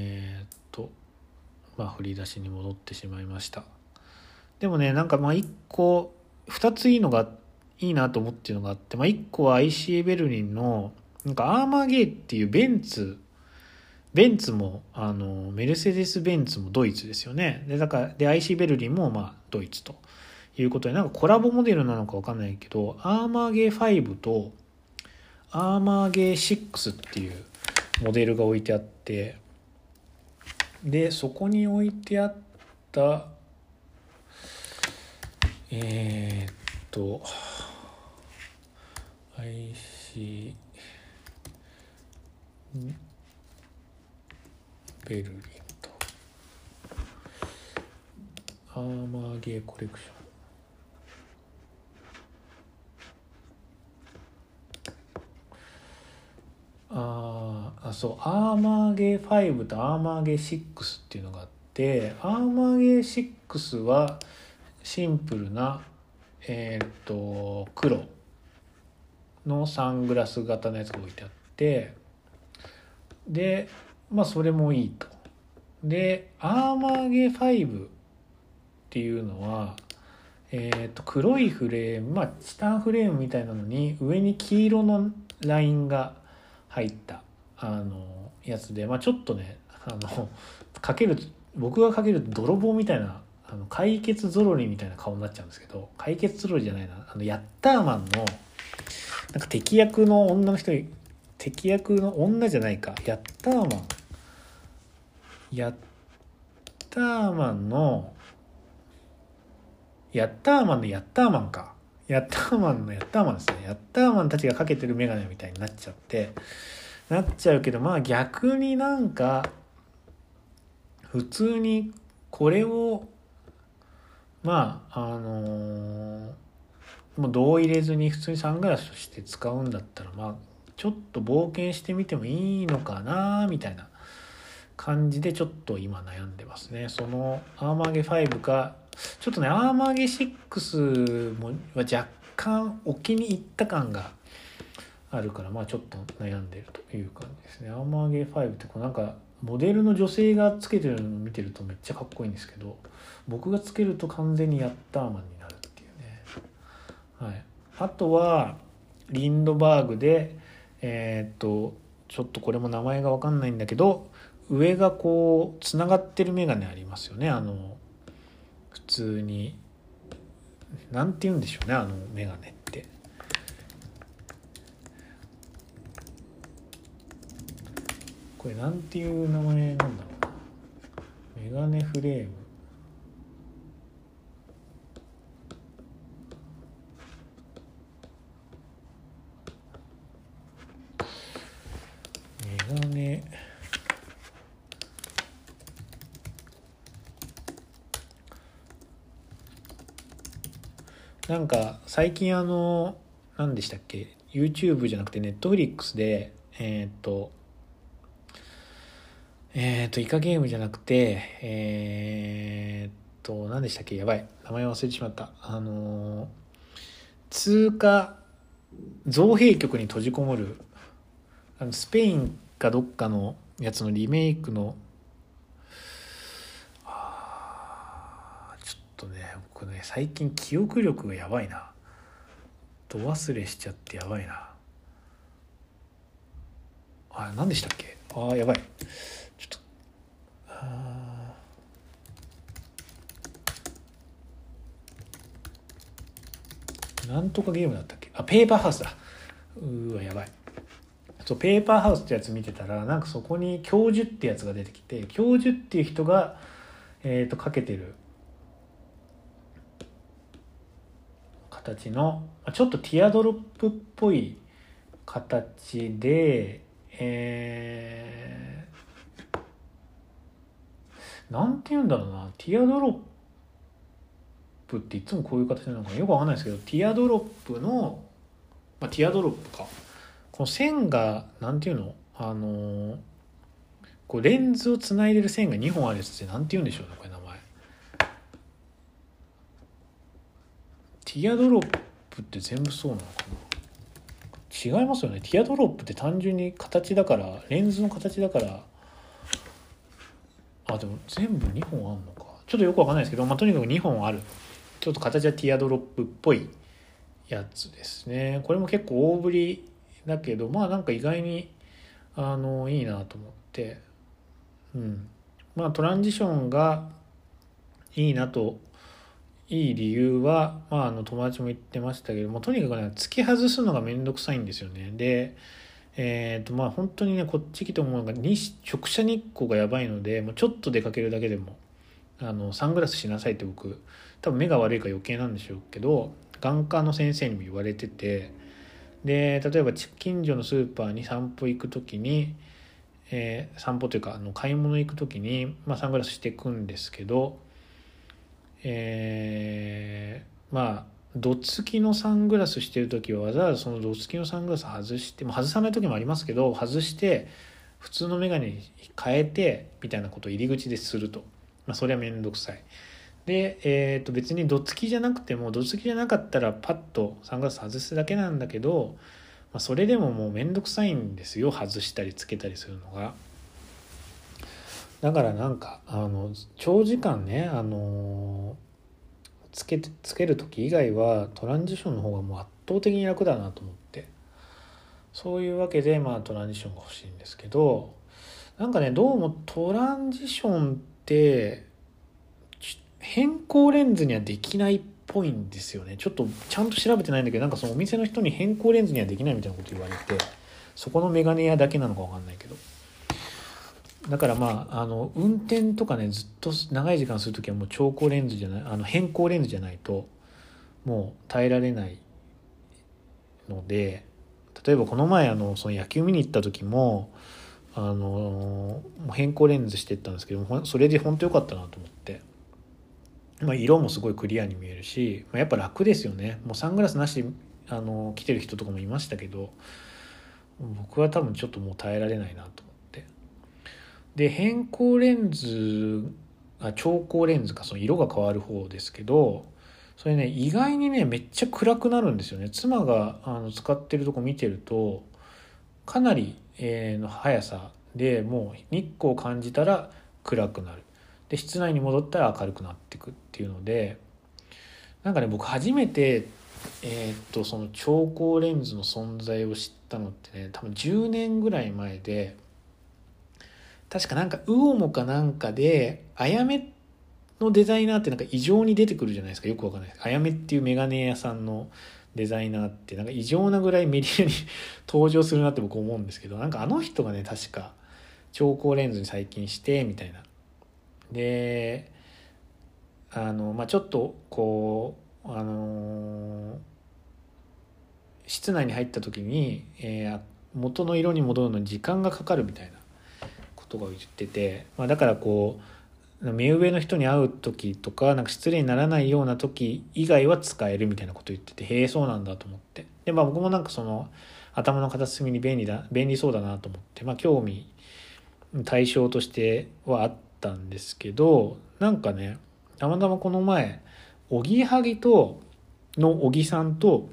振り出しに戻ってしまいました。でもね、なんか1個2ついいなと思ってるのがあって、1個は ICA ベルリンのなんかアーマーゲイっていうベンツもメルセデス・ベンツもドイツですよね。でだからで IC ベルリンもドイツということで、なんかコラボモデルなのか分かんないけど、アーマーゲイ5とアーマーゲイ6っていうモデルが置いてあって、でそこに置いてあったIC ベルリンとアーマーゲイコレクション、そうアーマーゲイ5とアーマーゲイ6っていうのがあって、アーマーゲイ6はシンプルな黒のサングラス型のやつが置いてあって、でそれもいいと。でアーマーゲイ5っていうのは黒いフレーム、チタンフレームみたいなのに上に黄色のラインが入ったやつで、ちょっとね僕がかけると泥棒みたいな解決ゾロリみたいな顔になっちゃうんですけど、解決ゾロリじゃないな、ヤッターマンのなんか敵役の女じゃないか、ヤッターマンのヤッターマンですね。ヤッターマンたちがかけてるメガネみたいになっちゃうけど、逆になんか普通にこれをもう銅入れずに普通にサングラスとして使うんだったらちょっと冒険してみてもいいのかなみたいな感じでちょっと今悩んでますね。そのアーマーゲ5かちょっとね、アーマーゲ6もは若干置きに行った感があるからちょっと悩んでるという感じですね。アーマーゲ5ってなんかモデルの女性がつけてるのを見てるとめっちゃかっこいいんですけど、僕がつけると完全にヤッターマンになるっていうね。はい。あとはリンドバーグでちょっとこれも名前が分かんないんだけど、上がこうつながってるメガネありますよね。普通になんて言うんでしょうね、メガネって。これなんていう名前なんだろうな。メガネフレーム。メガネ。なんか最近何でしたっけ、 YouTube じゃなくて Netflix でイカゲームじゃなくて何でしたっけ、やばい名前忘れてしまった。通貨造幣局に閉じこもるスペインかどっかのやつのリメイクのちょっとね、僕ね最近記憶力がやばいな、ど忘れしちゃってやばいな。何でしたっけ、やばい、ちょっとなんとかゲームだったっけ、ペーパーハウスだ。やばい。そうペーパーハウスってやつ見てたら、なんかそこに教授ってやつが出てきて、教授っていう人がかけてる形のちょっとティアドロップっぽい形で、なんて言うんだろうな、ティアドロップっていつもこういう形なのかな、よくわかんないですけど、ティアドロップの、ティアドロップか、この線がなんていうの、こうレンズをつないでる線が2本あるやつってなんて言うんでしょうね、これ名前。ティアドロップって全部そうなのかな。違いますよね。ティアドロップって単純に形だから、レンズの形だから、でも全部2本あるのか、ちょっとよくわかんないですけど、とにかく2本ある、ちょっと形はティアドロップっぽいやつですね。これも結構大ぶりだけど、なんか意外にいいなと思って、トランジションがいいなと、いい理由は、友達も言ってましたけども、とにかくね、突き外すのがめんどくさいんですよね。で、本当にね、こっち来て思うのが、直射日光がやばいので、もうちょっと出かけるだけでもサングラスしなさいって、僕多分目が悪いから余計なんでしょうけど、眼科の先生にも言われてて、で例えば近所のスーパーに散歩行く時に、散歩というか買い物行く時に、サングラスしていくんですけど、どつきのサングラスしてる時はわざわざそのどつきのサングラス外して、外さない時もありますけど、外して普通のメガネに変えてみたいなことを入り口ですると、それはめんどくさい。で、別にどつきじゃなくても、どつきじゃなかったらパッとサングラス外すだけなんだけど、それでももうめんどくさいんですよ、外したりつけたりするのが。だからなんか長時間ね、つける時以外はトランジションの方がもう圧倒的に楽だなと思って、そういうわけでトランジションが欲しいんですけど、なんかね、どうもトランジションって変更レンズにはできないっぽいんですよね。ちょっとちゃんと調べてないんだけど、なんかそのお店の人に変更レンズにはできないみたいなこと言われて、そこのメガネ屋だけなのか分かんないけど、だから運転とかね、ずっと長い時間するときはもう超光レンズじゃない、変更レンズじゃないともう耐えられないので、例えばこの前その野球見に行った時も変更レンズしてったんですけど、それで本当良かったなと思って、色もすごいクリアに見えるし、やっぱ楽ですよね。もうサングラスなし来てる人とかもいましたけど、僕は多分ちょっともう耐えられないなと思って。で変更レンズ超光レンズか、その色が変わる方ですけど、それね、意外にねめっちゃ暗くなるんですよね。妻が使ってるとこ見てると、かなりの速さでもう日光を感じたら暗くなる、で室内に戻ったら明るくなっていくっていうので、なんかね、僕初めてその超光レンズの存在を知ったのってね、多分10年ぐらい前で、確かなんかウオモかなんかであやめのデザイナーってなんか異常に出てくるじゃないですか。よくわかんないです。あやめっていうメガネ屋さんのデザイナーってなんか異常なぐらいメディアに登場するなって僕思うんですけど、なんかあの人がね、確か超光レンズに最近してみたいな。でちょっとこう室内に入った時に、元の色に戻るのに時間がかかるみたいなことが言ってて、だからこう目上の人に会う時とか、なんか失礼にならないような時以外は使えるみたいなこと言ってて、へえそうなんだと思って、で僕もなんかその頭の片隅に便利そうだなと思って、興味対象としてはあったんですけど、なんかね、たまたまこの前おぎはぎとの小木さんと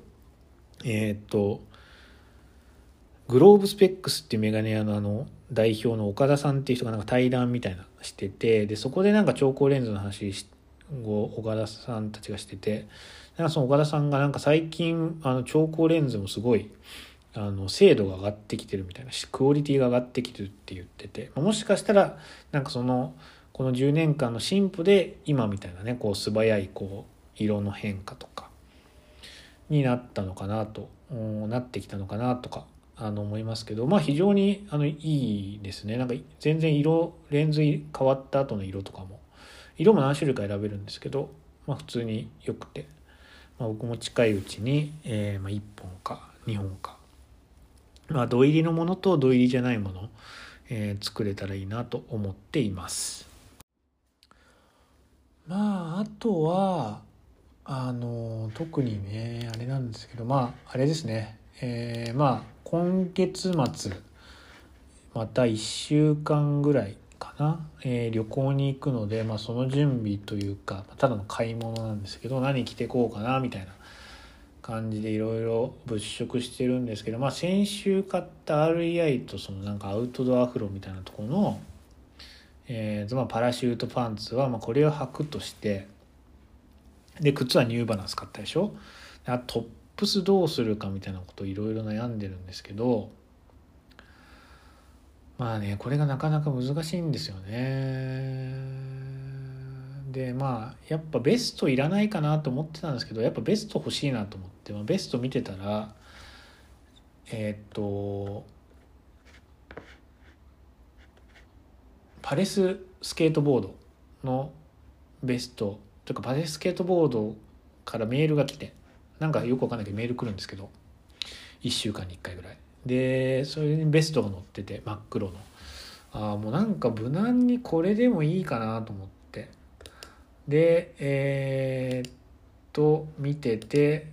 グローブスペックスっていうメガネ屋の代表の岡田さんっていう人がなんか対談みたいなしてて、でそこでなんか超光レンズの話を岡田さんたちがしてて、なんかその岡田さんがなんか最近超光レンズもすごい精度が上がってきてるみたいな、クオリティが上がってきてるって言ってて、もしかしたらなんかこの10年間の進歩で今みたいなね、こう素早いこう色の変化とかになったのかなと、なってきたのかなとか思いますけど、非常にいいですね。なんか全然レンズ変わった後の色とかも、色も何種類か選べるんですけど、普通に良くて、僕も近いうちに、1本か2本か、土入りのものと土入りじゃないもの、作れたらいいなと思っています。あとは特にねあれなんですけど、あれですね、今月末また1週間ぐらいかな、旅行に行くので、その準備というかただの買い物なんですけど、何着てこうかなみたいな感じでいろいろ物色してるんですけど、先週買った REI とそのなんかアウトドアフロみたいなところの、パラシュートパンツはこれを履くとして、で靴はニューバランス買ったでしょ。トップスどうするかみたいなことをいろいろ悩んでるんですけど、これがなかなか難しいんですよね。でやっぱベストいらないかなと思ってたんですけど、やっぱベスト欲しいなと思って、ベスト見てたらパレススケートボードのベストというか、パレススケートボードからメールが来て、なんかよくわかんないけどメール来るんですけど、1週間に1回ぐらいで、それにベストが載ってて真っ黒の、もうなんか無難にこれでもいいかなと思って、で見てて、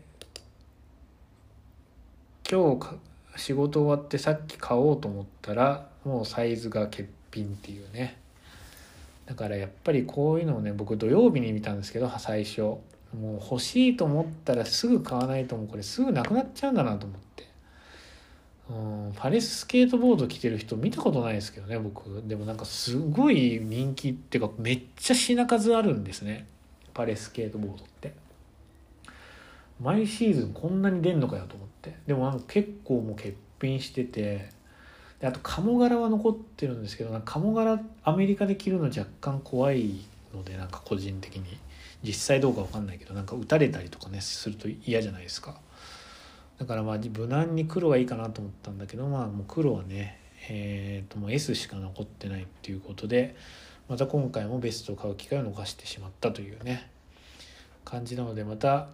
今日仕事終わってさっき買おうと思ったらもうサイズが欠品っていうね。だからやっぱりこういうのをね、僕土曜日に見たんですけど、最初もう欲しいと思ったらすぐ買わないと、もうこれすぐなくなっちゃうんだなと思って、パレススケートボード着てる人見たことないですけどね僕。でもなんかすごい人気っていうか、めっちゃ品数あるんですね、パレススケートボードって。毎シーズンこんなに出んのかよと思って。でもなんか結構もう欠品してて、であと鴨柄は残ってるんですけど、なんか鴨柄アメリカで着るの若干怖いので、なんか個人的に実際どうか分かんないけど、なんか撃たれたりとかねすると嫌じゃないですか。だから無難に黒がいいかなと思ったんだけど、もう黒はねもう S しか残ってないっていうことで、また今回もベストを買う機会を逃してしまったというね感じなので、また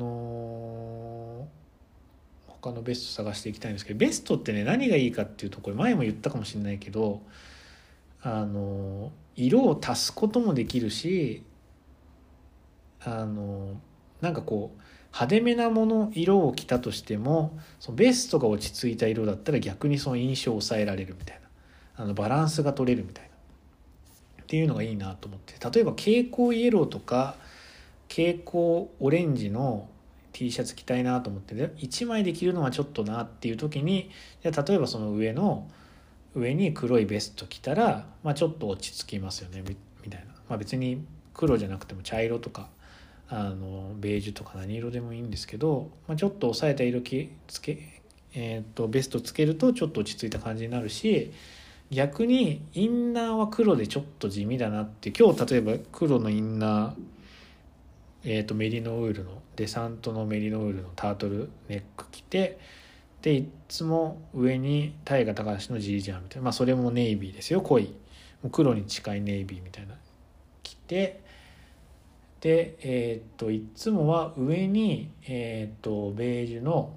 他のベスト探していきたいんですけど、ベストってね何がいいかっていうと、これ前も言ったかもしれないけど、色を足すこともできるし、なんかこう派手めなもの色を着たとしても、そのベストが落ち着いた色だったら逆にその印象を抑えられるみたいな、バランスが取れるみたいなっていうのがいいなと思って、例えば蛍光イエローとか蛍光オレンジの T シャツ着たいなと思って、1枚で着るのはちょっとなっていう時に、じゃあ例えばその上に黒いベスト着たら、ちょっと落ち着きますよねみたいな。別に黒じゃなくても茶色とかベージュとか何色でもいいんですけど、ちょっと抑えた色ベストつけるとちょっと落ち着いた感じになるし、逆にインナーは黒でちょっと地味だなって、今日例えば黒のインナー、メリノウールのデサントのメリノウールのタートルネック着て、でいつも上にタイガ高橋のジージャンみたいな、それもネイビーですよ、濃いもう黒に近いネイビーみたいな着て、でいつもは上にベージュの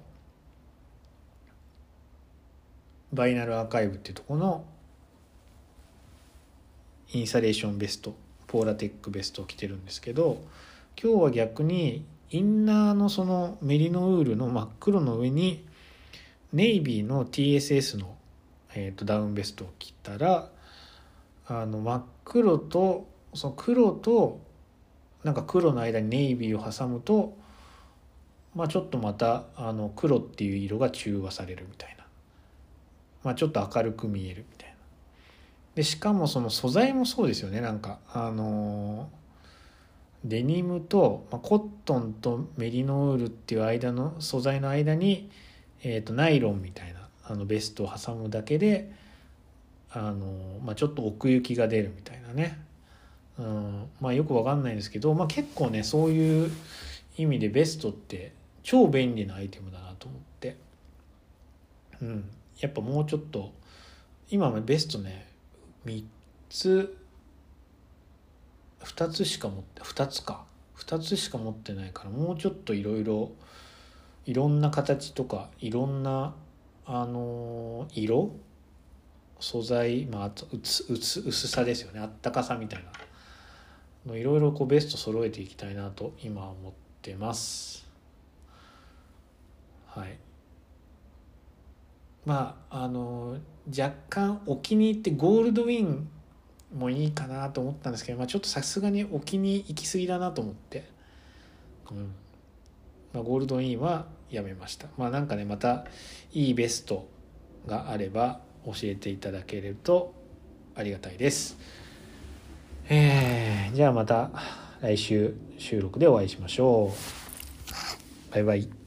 バイナルアーカイブっていうところのインサレーションベスト、ポーラテックベストを着てるんですけど、今日は逆にインナーのそのメリノウールの真っ黒の上にネイビーの TSS の、ダウンベストを着たら、真っ黒とその黒となんか黒の間にネイビーを挟むと、ちょっとまた黒っていう色が中和されるみたいな、ちょっと明るく見えるみたいな。でしかもその素材もそうですよね。なんかデニムと、コットンとメリノウールっていう間の素材の間に、ナイロンみたいなベストを挟むだけでちょっと奥行きが出るみたいなね。よくわかんないんですけど、結構ねそういう意味でベストって超便利なアイテムだなと思って、やっぱもうちょっと今ベストね3つ2つしか持って2つしか持ってないから、もうちょっといろんな形とかいろんな色素材、あと薄さですよね、あったかさみたいなのいろいろベスト揃えていきたいなと今思ってますはい。まあ若干置きに行ってゴールドウィンもいいかなと思ったんですけど、ちょっとさすがに置きに行き過ぎだなと思って、ゴールドウィンはやめました。なんかね、またいいベストがあれば教えていただけるとありがたいです。じゃあまた来週収録でお会いしましょう。バイバイ。